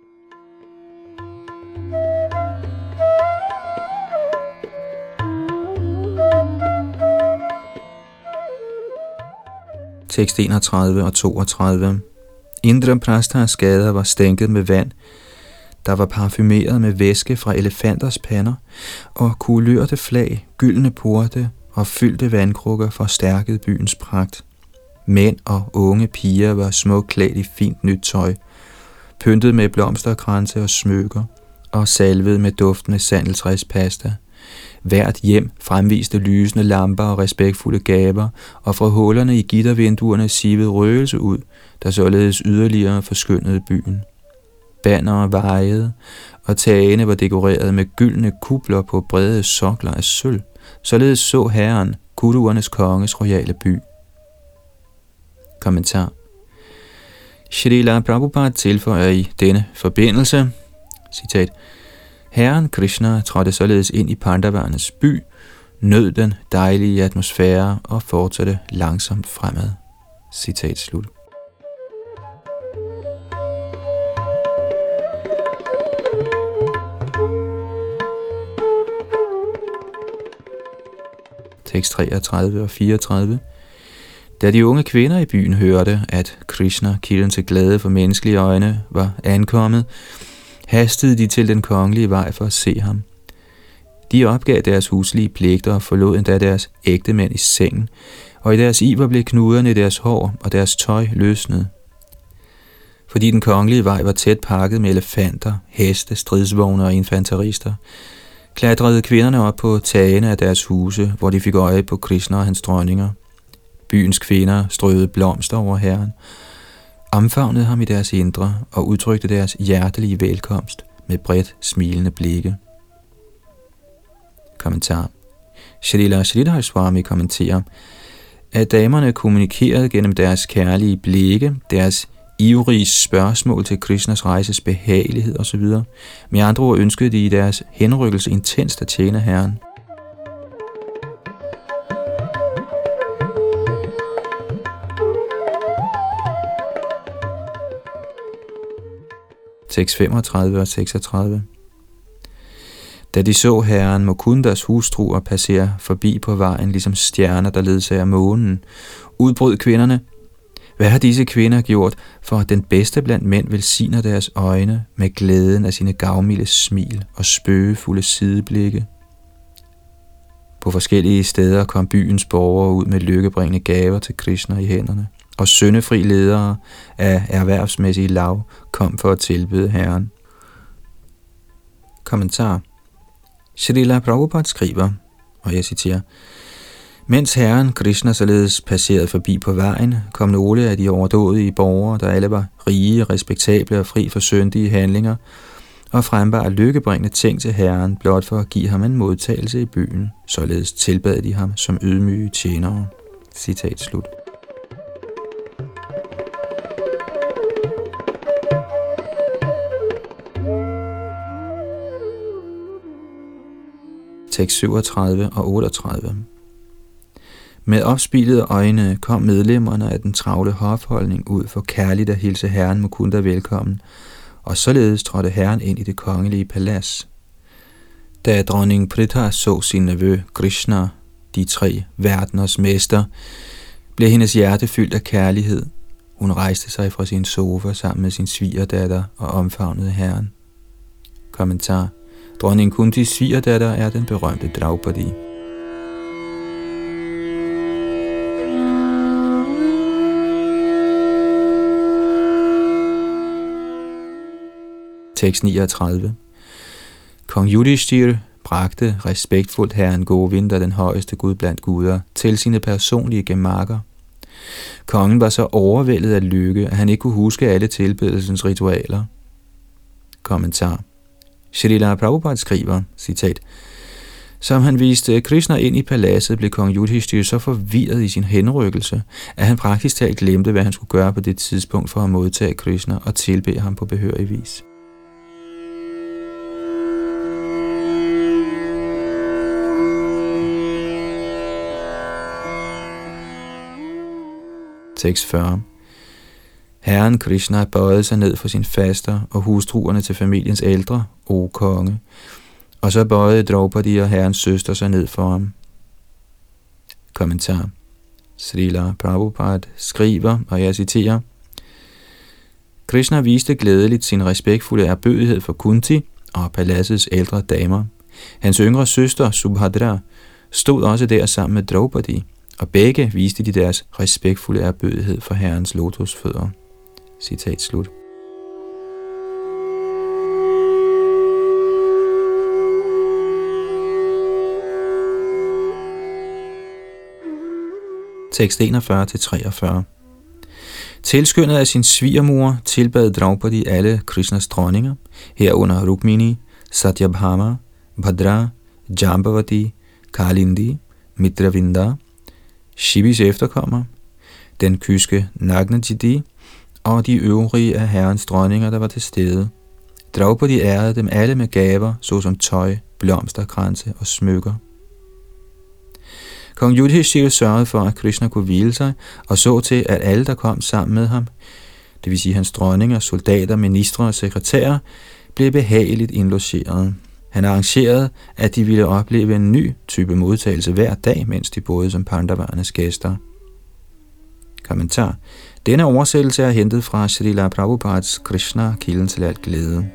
Tekst enogtredive og toogtredive. Indraprasthas gader var stænket med vand, der var parfumeret med væske fra elefanters pander, og kulørte flag, gyldne porte og fyldte vandkrukker forstærkede byens pragt. Mænd og unge piger var smukt klædt i fint nyt tøj, pyntet med blomsterkranse og smykker, og salvet med duftende sandeltræspasta. Hvert hjem fremviste lysende lamper og respektfulde gaver, og fra hullerne i gittervinduerne sivede røgelse ud, der således yderligere forskyndede byen. Bannere vejede, og tagene var dekoreret med gyldne kupler på brede sokler af sølv. Således så herren, kuduernes konges royale by. Kommentar. Srila Prabhupada tilføjer i denne forbindelse, citat, Herren Krishna trådte således ind i Pandavernes by, nød den dejlige atmosfære og fortsatte langsomt fremad. Citat slut. Tekst treogtredive og fireogtredive. Da de unge kvinder i byen hørte, at Krishna, kilden til glæde for menneskelige øjne, var ankommet, hastede de til den kongelige vej for at se ham. De opgav deres huslige pligter og forlod endda deres ægtemænd i sengen, og i deres iver blev knuderne i deres hår og deres tøj løsnet. Fordi den kongelige vej var tæt pakket med elefanter, heste, stridsvogne og infanterister, klatrede kvinderne op på tagene af deres huse, hvor de fik øje på Krishna og hans dronninger. Byens kvinder strøede blomster over herren, omfavnede ham i deres indre og udtrykte deres hjertelige velkomst med bredt smilende blikke. Kommentar. Shrila Sridhar Swami kommenterer, at damerne kommunikerede gennem deres kærlige blikke, deres ivrige spørgsmål til Krishnas rejses behagelighed osv. Med andre ord ønskede de i deres henrykkelse intenst at tjene herren. Tekst femogtredive og seksogtredive. Da de så herren Mukundas hustruer passere forbi på vejen, ligesom stjerner, der ledsager månen, udbrød kvinderne, hvad har disse kvinder gjort, for at den bedste blandt mænd velsigner deres øjne med glæden af sine gavmilde smil og spøgefulde sideblikke? På forskellige steder kom byens borgere ud med lykkebringende gaver til Krishna i hænderne, og syndefri ledere af erhvervsmæssige lav kom for at tilbede herren. Kommentar. Srila Prabhupada skriver, og jeg citerer, mens herren Krishna således passerede forbi på vejen, kom nogle af de overdådige borgere, der alle var rige, respektable og fri for syndige handlinger, og frembar lykkebringende ting til herren, blot for at give ham en modtagelse i byen. Således tilbad de ham som ydmyge tjenere. Citat slut. Tekst syvogtredive og otteogtredive. Med opspilede øjne kom medlemmerne af den travle hofholdning ud for kærligt at hilse herren Mukunda velkommen, og således trådte herren ind i det kongelige palads. Da dronning Pritha så sin nevø Krishna, de tre verdeners mester, blev hendes hjerte fyldt af kærlighed. Hun rejste sig fra sin sofa sammen med sin svigerdatter og omfavnede herren. Kommentar. Dronning Kuntis svigerdatter er den berømte Draupadi. Tekst niogtredive. Kong Yudhishthir bragte respektfuldt herren Govinda, den højeste gud blandt guder, til sine personlige gemakker. Kongen var så overvældet af lykke, at han ikke kunne huske alle tilbedelsens ritualer. Kommentar. Srila Prabhupada skriver, citat, som han viste Krishna ind i paladset, blev kong Yudhishthir så forvirret i sin henrykkelse, at han praktisk talt glemte, hvad han skulle gøre på det tidspunkt for at modtage Krishna og tilbede ham på behørig vis. Tekst fyrre. Herren Krishna bøjede sig ned for sin faster og hustruerne til familiens ældre, o konge, og så bøjede Draupadi og herrens søster sig ned for ham. Kommentar. Srila Prabhupada skriver, og jeg citerer, Krishna viste glædeligt sin respektfulde erbødighed for Kunti og paladsets ældre damer. Hans yngre søster Subhadra stod også der sammen med Draupadi, og begge viste de deres respektfulde erbødighed for herrens lotusfødder. Citat slut. Tekst enogfyrre til treogfyrre. Tilskyndet af sin svigermor tilbad Draupadi alle Krishnas dronninger, herunder Rukmini, Satyabhama, Bhadra, Jambavati, Kalindi, Mitravinda, Shibis efterkommer, den kyske Nagnajiti og de øvrige af herrens dronninger, der var til stede. Draupadi ærede dem alle med gaver, såsom tøj, blomsterkranse og smykker. Kong Yudhishthira sørgede for, at Krishna kunne hvile sig, og så til, at alle, der kom sammen med ham, det vil sige hans dronninger, soldater, ministre og sekretærer, blev behageligt indlogeret. Han arrangerede, at de ville opleve en ny type modtagelse hver dag, mens de boede som Pandavarnes gæster. Kommentar. Denne oversættelse er hentet fra Srila Prabhupads Krishna, kilden til alt glæde.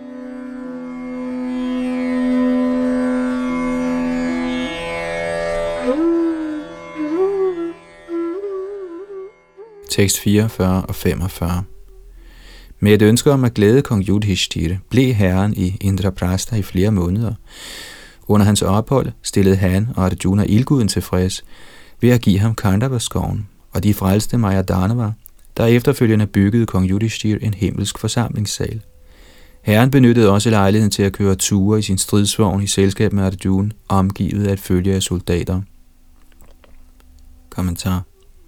Tekst fireogfyrre og femogfyrre. Med et ønske om at glæde kong Yudhishthira blev herren i Indraprastha i flere måneder. Under hans ophold stillede han og Arjuna ildguden tilfreds ved at give ham Kandava-skoven, og de frelste Mayadanava, der efterfølgende byggede kong Yudhishthira en himmelsk forsamlingssal. Herren benyttede også lejligheden til at køre ture i sin stridsvogn i selskab med Arjuna, omgivet af et følge af soldater. Kommentar.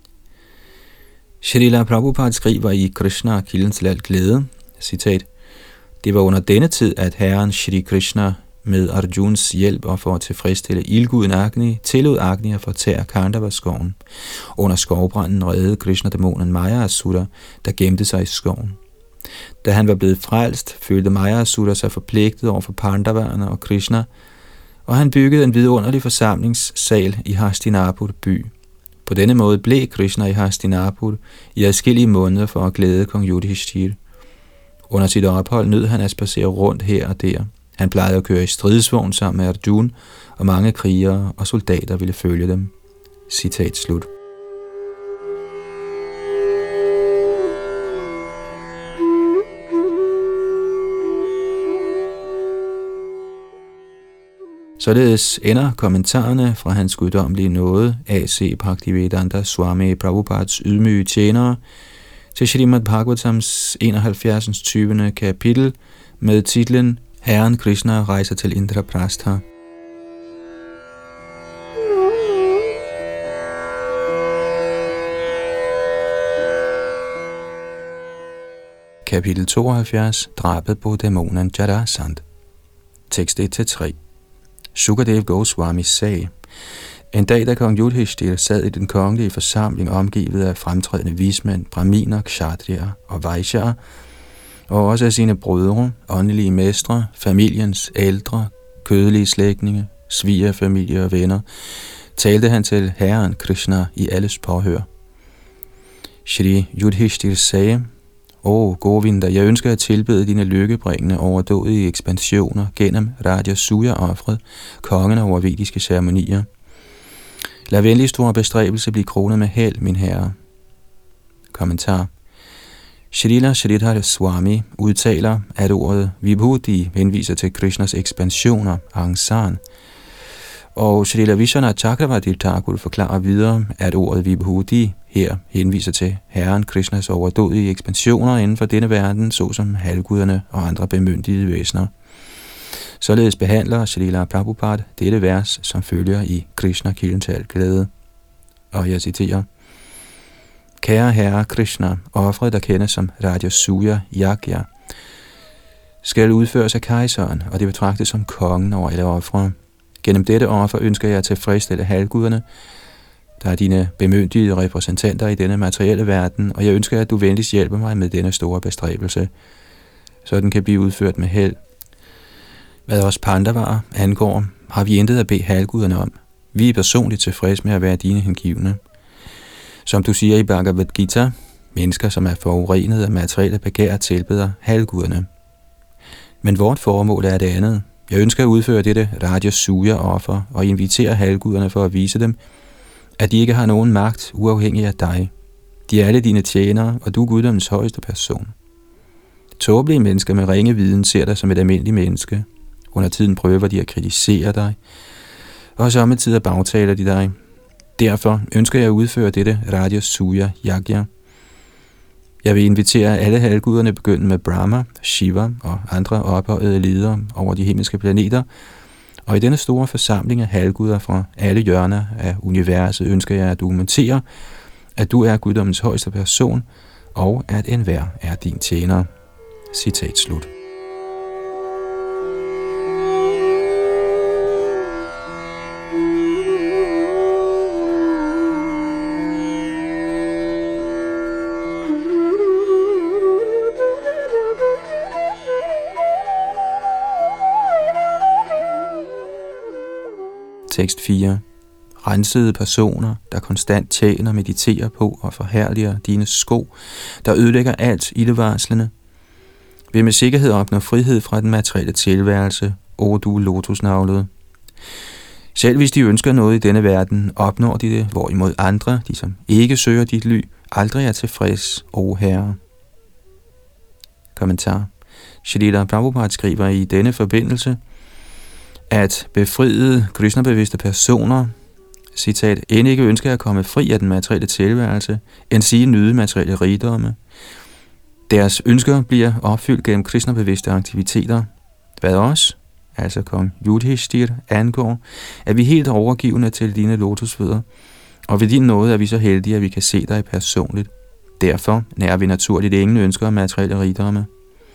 Srila Prabhupada skriver i Krishna, kilden til alt glæde, citat, det var under denne tid, at herren Shri Krishna med Arjuns hjælp og for at tilfredsstille ildguden Agni, tillod Agni at fortære Kandava-skoven. Under skovbranden reddede Krishna-dæmonen Maya-asura, der gemte sig i skoven. Da han var blevet frelst, følte Maya-asura sig forpligtet over for Pandavarerne og Krishna, og han byggede en vidunderlig forsamlingssal i Hastinapur by. På denne måde blev Krishna i Hastinapur i adskillige måneder for at glæde kong Yudhishthira. Under sit ophold nød han at spacere rundt her og der. Han plejede at køre i stridsvogn sammen med Arjuna, og mange krigere og soldater ville følge dem. Citat slut. Således ender kommentarerne fra hans guddommelige nåde, A C Bhaktivedanta Swami Prabhupads ydmyge tjenere, til Srimad Bhagavatams enoghalvfjerds tyvende kapitel med titlen Herren Krishna rejser til Indraprastha. Kapitel tooghalvfjerds. Drabet på dæmonen Jarasandha. Tekst et til tre. Sukadev Goswami sagde, en dag, da kong Yudhishthira sad i den kongelige forsamling omgivet af fremtrædende vismænd, brahminer, kshatriyer og vaishyaer, og også af sine brødre, åndelige mestre, familiens ældre, kødelige slægtninge, svigerfamilie og venner, talte han til herren Krishna i alles påhør. Shri Yudhishthira sagde, Åh, Govinda, jeg ønsker at tilbede dine lykkebringende overdådige ekspansioner gennem Raja Suya-offret, kongen over vediske ceremonier. Lad venlig store bestræbelse blive kronet med held, min herre. Kommentar. Shrila Sridhar Swami udtaler, at ordet Vibhuti henviser til Krishnas ekspansioner, Angsan, og Srila Vishwanath Chakravarti Thakur forklarer videre, at ordet Vibhuti her henviser til herren Krishnas overdådige ekspansioner inden for denne verden, såsom halvguderne og andre bemyndigede væsener. Således behandler Srila Prabhupada dette vers, som følger i Krishna, kilden til alt glæde. Og jeg citerer, Kære herre Krishna, offret der kendes som Rajasuya Yagya, skal udføres af kejseren, og det betragtes som kongen over alle ofre. Gennem dette offer ønsker jeg at tilfredsstille halvguderne, der er dine bemyndigede repræsentanter i denne materielle verden, og jeg ønsker, at du venligst hjælper mig med denne store bestræbelse, så den kan blive udført med held. Hvad os Pandavaer angår, har vi intet at bede halvguderne om. Vi er personligt tilfreds med at være dine hengivne. Som du siger i Bhagavad Gita, mennesker, som er forurenet af materielle begær, tilbeder halvguderne. Men vort formål er det andet. Jeg ønsker at udføre dette Rajasuya-offer og invitere halvguderne for at vise dem, at de ikke har nogen magt uafhængig af dig. De er alle dine tjenere, og du er guddommens højeste person. Tåbelige mennesker med ringe viden ser dig som et almindeligt menneske. Under tiden prøver de at kritisere dig, og sommetider bagtaler de dig. Derfor ønsker jeg at udføre dette Raja Suya Yagya. Jeg vil invitere alle halvguderne, begynde med Brahma, Shiva og andre ophøjede ledere over de himmelske planeter, og i denne store forsamling af halvguder fra alle hjørner af universet ønsker jeg at dokumentere, at du er guddommens højeste person, og at enhver er din tjener. Citat slut. Tekst fire. Rensede personer, der konstant tjener, mediterer på og forherliger dine sko, der ødelægger alt ildevarslende, vil med sikkerhed opnå frihed fra den materielle tilværelse, o du lotusnavlede. Selv hvis de ønsker noget i denne verden, opnår de det, hvorimod andre, de som ikke søger dit ly, aldrig er tilfreds, o Herre. Kommentar. Shrila Prabhupada skriver i denne forbindelse, at befriede Krishna-bevidste personer, citat, end ikke ønsker at komme fri af den materielle tilværelse, end sige nyde materielle rigdomme. Deres ønsker bliver opfyldt gennem Krishna-bevidste aktiviteter. Hvad også, altså kong Yudhishthir, angår, at vi helt overgivende til dine lotusfødder, og ved din nåde er vi så heldige, at vi kan se dig personligt. Derfor nærer vi naturligt ingen ønsker om materielle rigdomme.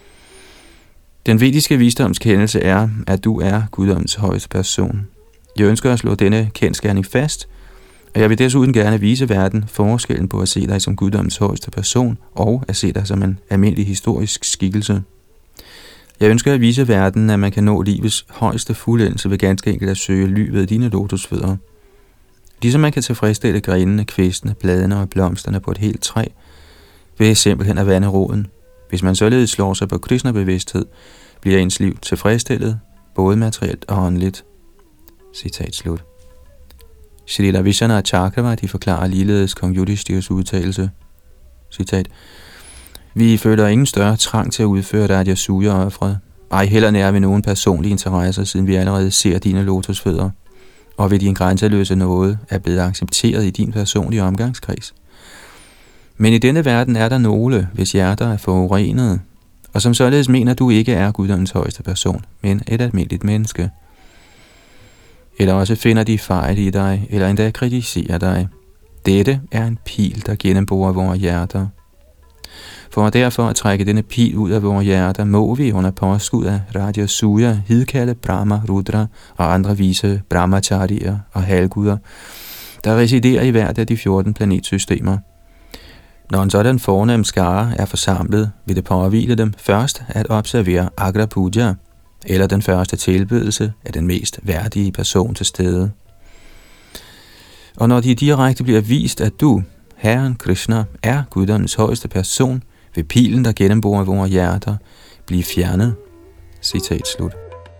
Den vediske visdomskendelse er, at du er guddommens højeste person. Jeg ønsker at slå denne kendsgerning fast, og jeg vil desuden gerne vise verden forskellen på at se dig som guddommens højeste person og at se dig som en almindelig historisk skikkelse. Jeg ønsker at vise verden, at man kan nå livets højeste fuldendelse ved ganske enkelt at søge ly ved dine lotusfødder. Ligesom man kan tilfredsstille grenene, kvistene, bladene og blomsterne på et helt træ, ved simpelthen at vande roden. Hvis man således slår sig på Krishna-bevidsthed, bliver ens liv tilfredsstillet, både materielt og åndeligt. Citat slut. Shrila Vishwanath Chakravarti forklarer ligeledes kong Yudhishthires udtalelse. Citat. Vi føler ingen større trang til at udføre Raja Suya-offret. Ej heller nærer vi nogen personlige interesser, siden vi allerede ser dine lotusfødder, og ved din grænseløse nåde er blevet accepteret i din personlige omgangskreds. Men i denne verden er der nogle, hvis hjerter er forurenede, og som således mener, du ikke er guddommens højeste person, men et almindeligt menneske. Eller også finder de fejl i dig, eller endda kritiserer dig. Dette er en pil, der gennemborer vores hjerter. For derfor at trække denne pil ud af vores hjerter, må vi under påskud af Raja Suya hidkalde Brahma, Rudra og andre vise brahmacharier og halvguder, der residerer i hvert af de fjorten planetsystemer. Når en sådan fornem skare er forsamlet, vil det påhvile dem først at observere Agra Puja, eller den første tilbedelse af den mest værdige person til stede. Og når de direkte bliver vist, at du, Herren Krishna, er guddommens højeste person, vil pilen, der gennemborer vores hjerter, blive fjernet. Citat slut.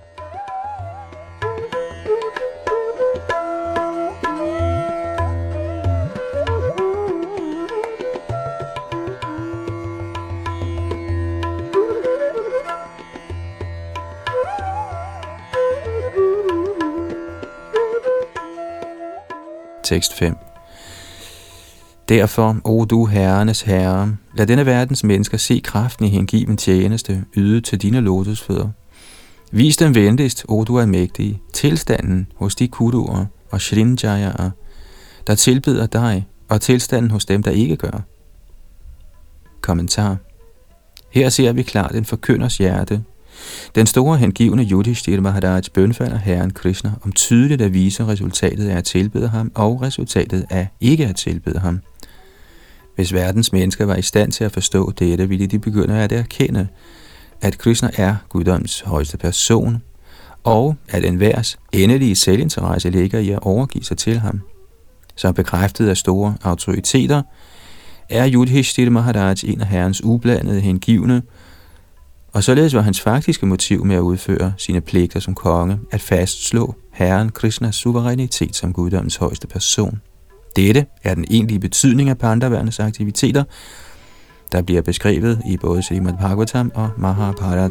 Tekst fem. Derfor, o du herrenes herre, lad denne verdens mennesker se kraften i hengiven tjeneste yde til dine lotusfødder. Vis dem venligst, o du almægtige, tilstanden hos de kuduer og shrinjayaer, der tilbeder dig, og tilstanden hos dem, der ikke gør. Kommentar. Her ser vi klart en forkynders hjerte. Den store hengivne Yudhishthira Maharaj bønfalder Herren Krishna om tydeligt at vise resultatet af at tilbede ham og resultatet af ikke at tilbede ham. Hvis verdens mennesker var i stand til at forstå dette, ville de begynde at erkende, at Krishna er guddoms højeste person, og at enhvers endelige selvinteresse ligger i at overgive sig til ham. Som bekræftet af store autoriteter, er Yudhishthira Maharaj en af herrens ublandede hengivne, og således var hans faktiske motiv med at udføre sine pligter som konge at fastslå Herren Krishnas suverænitet som guddommens højeste person. Dette er den egentlige betydning af Pandavanernes aktiviteter, der bliver beskrevet i både Srimad Bhagavatam og Mahabharata.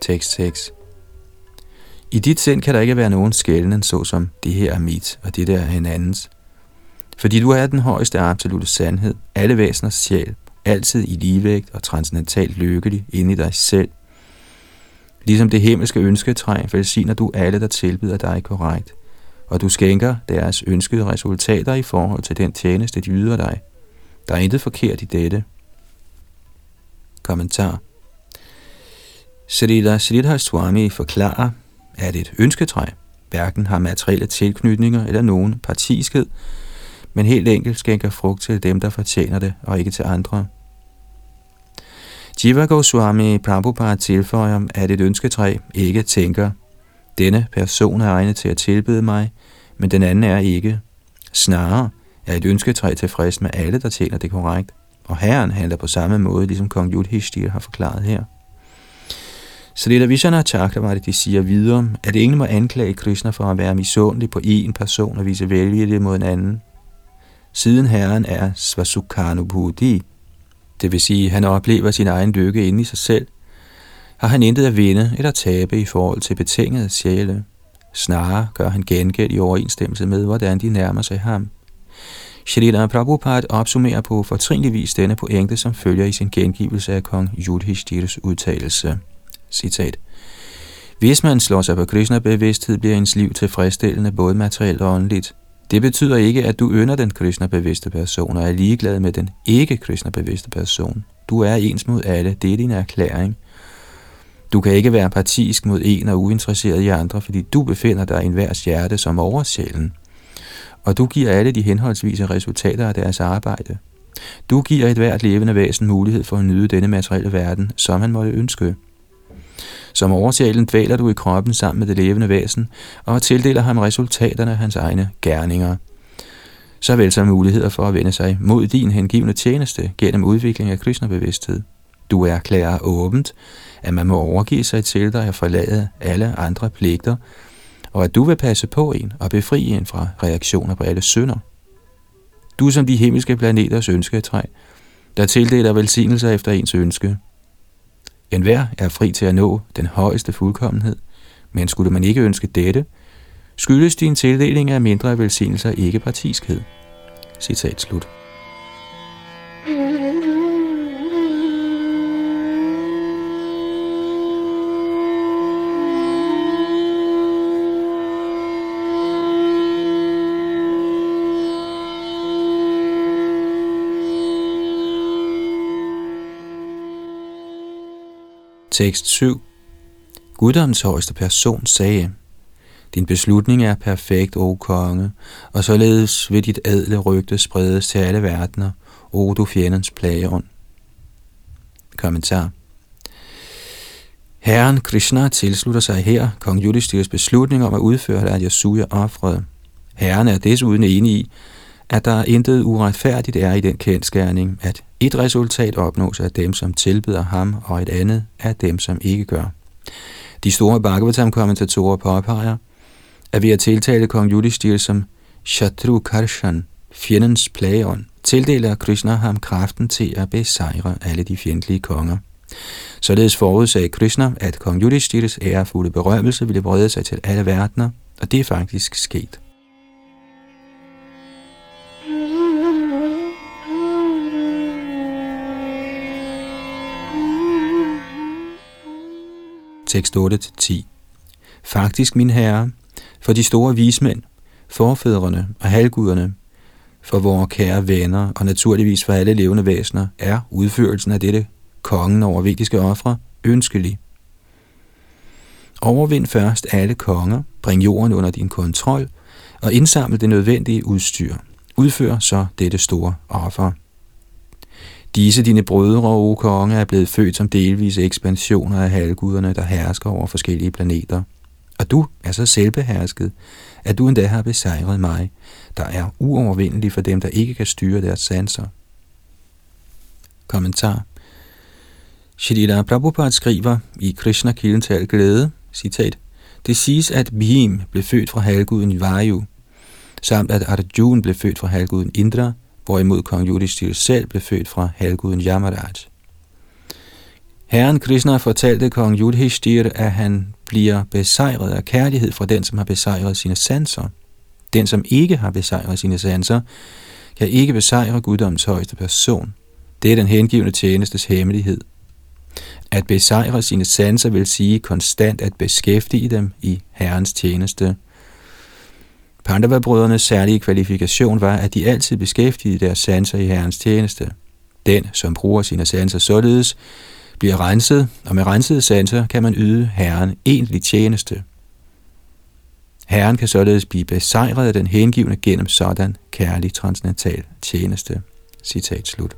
Tekst seks. I dit sind kan der ikke være nogen skelnen, såsom det her er mit, og det der er hinandens. Fordi du er den højeste absolute sandhed, alle væseners sjæl, altid i ligevægt og transcendentalt lykkelig inde i dig selv. Ligesom det himmelske ønsketræ velsigner du alle, der tilbyder dig korrekt, og du skænker deres ønskede resultater i forhold til den tjeneste, de yder dig. Der er intet forkert i dette. Kommentar. Sridhar Sridhar Swami forklarer, at et ønsketræ hverken har materielle tilknytninger eller nogen partiskhed, men helt enkelt skænker frugt til dem, der fortjener det, og ikke til andre. Jiva Goswami Prabhupada tilføjer, at et ønsketræ ikke tænker, denne person er egnet til at tilbede mig, men den anden er ikke. Snarere er et ønsketræ tilfreds med alle, der tjener det korrekt, og Herren handler på samme måde, ligesom kong Yudhishthira har forklaret her. Srila Vishana Chakravarti de siger videre, at ingen må anklage Krishna for at være misundelig på en person og vise velvilje mod en anden. Siden Herren er Svasukhanubhuti, det vil sige, at han oplever sin egen lykke inde i sig selv, har han intet at vinde eller tabe i forhold til betingede sjæle. Snarere gør han gengæld i overensstemmelse med, hvordan de nærmer sig ham. Shrila Prabhupada opsummerer på fortrinlig vis denne pointe, som følger i sin gengivelse af kong Yudhishthires udtalelse. Citat. Hvis man slår sig på Krishna-bevidsthed, bliver ens liv tilfredsstillende både materielt og åndeligt. Det betyder ikke, at du ynder den Krishna-bevidste person og er ligeglad med den ikke-Krishna-bevidste person. Du er ens mod alle, det er din erklæring. Du kan ikke være partisk mod en og uinteresseret i andre, fordi du befinder dig i enhvers hjerte som oversjælen. Og du giver alle de henholdsvise resultater af deres arbejde. Du giver et hvert levende væsen mulighed for at nyde denne materielle verden, som han måtte ønske. Som oversjælen dvæler du i kroppen sammen med det levende væsen, og tildeler ham resultaterne af hans egne gerninger. Såvel som muligheder for at vende sig mod din hengivne tjeneste gennem udvikling af Krishna-bevidsthed. Du erklærer åbent, at man må overgive sig til dig og forlade alle andre pligter, og at du vil passe på en og befri en fra reaktioner på alle synder. Du er som de himmelske planeters ønsketræ, der tildeler velsignelser efter ens ønske. Enhver er fri til at nå den højeste fuldkommenhed, men skulle man ikke ønske dette, skyldes din tildeling af mindre velsignelser ikke partiskhed. Citat slut. Tekst syv. Guddommens højeste person sagde, din beslutning er perfekt, o konge, og således vil dit ædle rygte spredes til alle verdener, o du fjendens plageånd. Kommentar. Herren Krishna tilslutter sig her kong Yudhishthires beslutning om at udføre Rajasuya-offret. Herren er desuden enig i, at der intet uretfærdigt er i den kendsgerning, at et resultat opnås af dem, som tilbeder ham, og et andet af dem, som ikke gør. De store Bhagavatam-kommentatorer påpeger, at ved at tiltale kong Yudhishthira som Shatru Karshan, fjendens plageånd, tildeler Krishna ham kraften til at besejre alle de fjendtlige konger. Således forudsagde Krishna, at kong Yudhishthires ærefulde berømmelse ville brede sig til alle verdener, og det er faktisk sket. Tekst otte til ti. Faktisk, min herre, for de store vismænd, forfædrene og halvguderne, for vores kære venner og naturligvis for alle levende væsener, er udførelsen af dette kongen over vediske ofre ønskelig. Overvind først alle konger, bring jorden under din kontrol og indsamle det nødvendige udstyr. Udfør så dette store offer. Disse dine brødre og konge er blevet født som delvise ekspansioner af halvguderne, der hersker over forskellige planeter. Og du er så selvbehersket, at du endda har besejret mig, der er uovervindelig for dem, der ikke kan styre deres sanser. Kommentar. Shrila Prabhupada skriver i Krishna kilden til al glæde, citat, det siges, at Bhim blev født fra halvguden Vayu, samt at Arjuna blev født fra halvguden Indra, hvorimod kong Yudhishthira selv blev født fra halvguden Yamaraj. Herren Krishna fortalte kong Yudhishthira, at han bliver besejret af kærlighed fra den, som har besejret sine sanser. Den, som ikke har besejret sine sanser, kan ikke besejre guddommens højeste person. Det er den hengivne tjenestes hemmelighed. At besejre sine sanser vil sige konstant at beskæftige dem i Herrens tjeneste. Pandava-brødrenes særlige kvalifikation var, at de altid beskæftigede deres sanser i Herrens tjeneste. Den, som bruger sine sanser således, bliver renset, og med rensede sanser kan man yde Herren egentlig tjeneste. Herren kan således blive besejret af den hengivne gennem sådan kærlig transcendental tjeneste. Citat slut.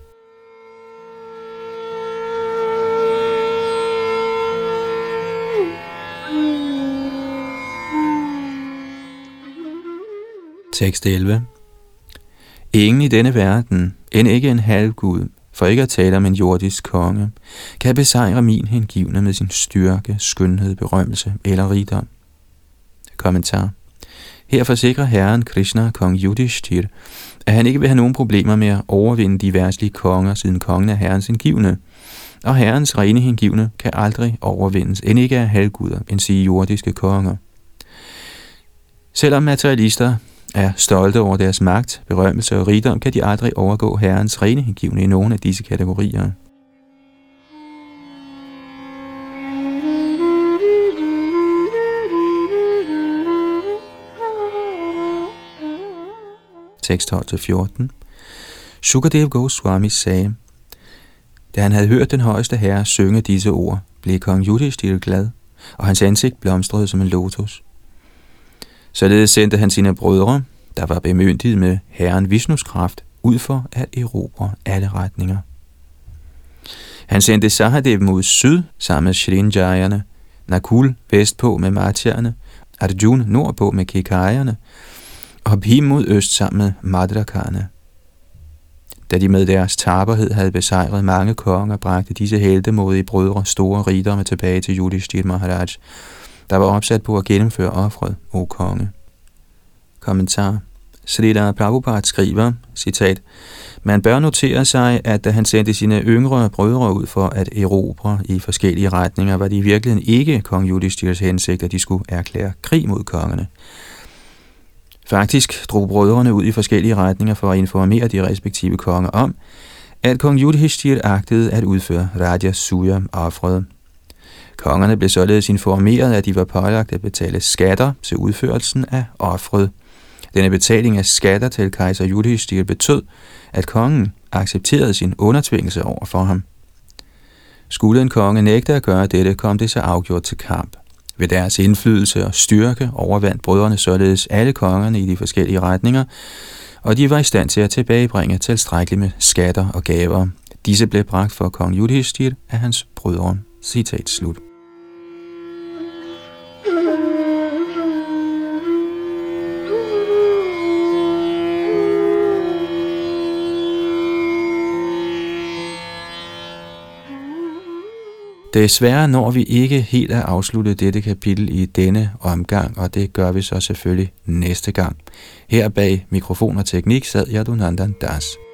Tekst elleve. Ingen i denne verden, end ikke en halvgud, for ikke at tale om en jordisk konge, kan besejre min hengivne med sin styrke, skønhed, berømmelse eller rigdom. Kommentar. Her forsikrer Herren Krishna kong Yudhishthira, at han ikke vil have nogen problemer med at overvinde de verdslige konger, siden kongen er Herrens hengivne, og Herrens rene hengivne kan aldrig overvindes, end ikke af halvguder, end sige jordiske konger. Selvom materialister er stolte over deres magt, berømmelse og rigdom, kan de aldrig overgå Herrens rene hengivne i nogen af disse kategorier. Tekst tolv til fjorten. Shukadev Goswami sagde, da han havde hørt den højeste herre synge disse ord, blev kong Yudhishthira glad, og hans ansigt blomstrede som en lotus. Således sendte han sine brødre, der var bemyndiget med herren Vishnus kraft, ud for at erobre alle retninger. Han sendte Sahadev mod syd sammen med Shrinjayerne, Nakul vestpå med Martyerne, Arjun nordpå med Kekayerne, og Bhim mod øst sammen med Madrakerne. Da de med deres tapperhed havde besejret mange konger, bragte disse heltemodige brødre store rigdomme tilbage til Yudhishthira Maharaj, der var opsat på at gennemføre offret, o konge. Kommentar. Sridhar Prabhupada skriver, citat, man bør notere sig, at da han sendte sine yngre brødre ud for at erobre i forskellige retninger, var det i virkeligheden ikke kong Yudhishthires hensigt, at de skulle erklære krig mod kongerne. Faktisk drog brødrene ud i forskellige retninger for at informere de respektive konger om, at kong Yudhishthira agtede at udføre Rajasuya-offret. Kongerne blev således informeret, at de var pålagt at betale skatter til udførelsen af offret. Denne betaling af skatter til kejser Yudhishthira betød, at kongen accepterede sin undertvingelse over for ham. Skulle en konge nægte at gøre dette, kom det så afgjort til kamp. Ved deres indflydelse og styrke overvandt brødrene således alle kongerne i de forskellige retninger, og de var i stand til at tilbagebringe tilstrækkeligt med skatter og gaver. Disse blev bragt for kong Yudhishthira af hans brødre. Citat slut. Desværre når vi ikke helt at afslutte dette kapitel i denne omgang, og det gør vi så selvfølgelig næste gang. Her bag mikrofon og teknik sad Yadunandan Das.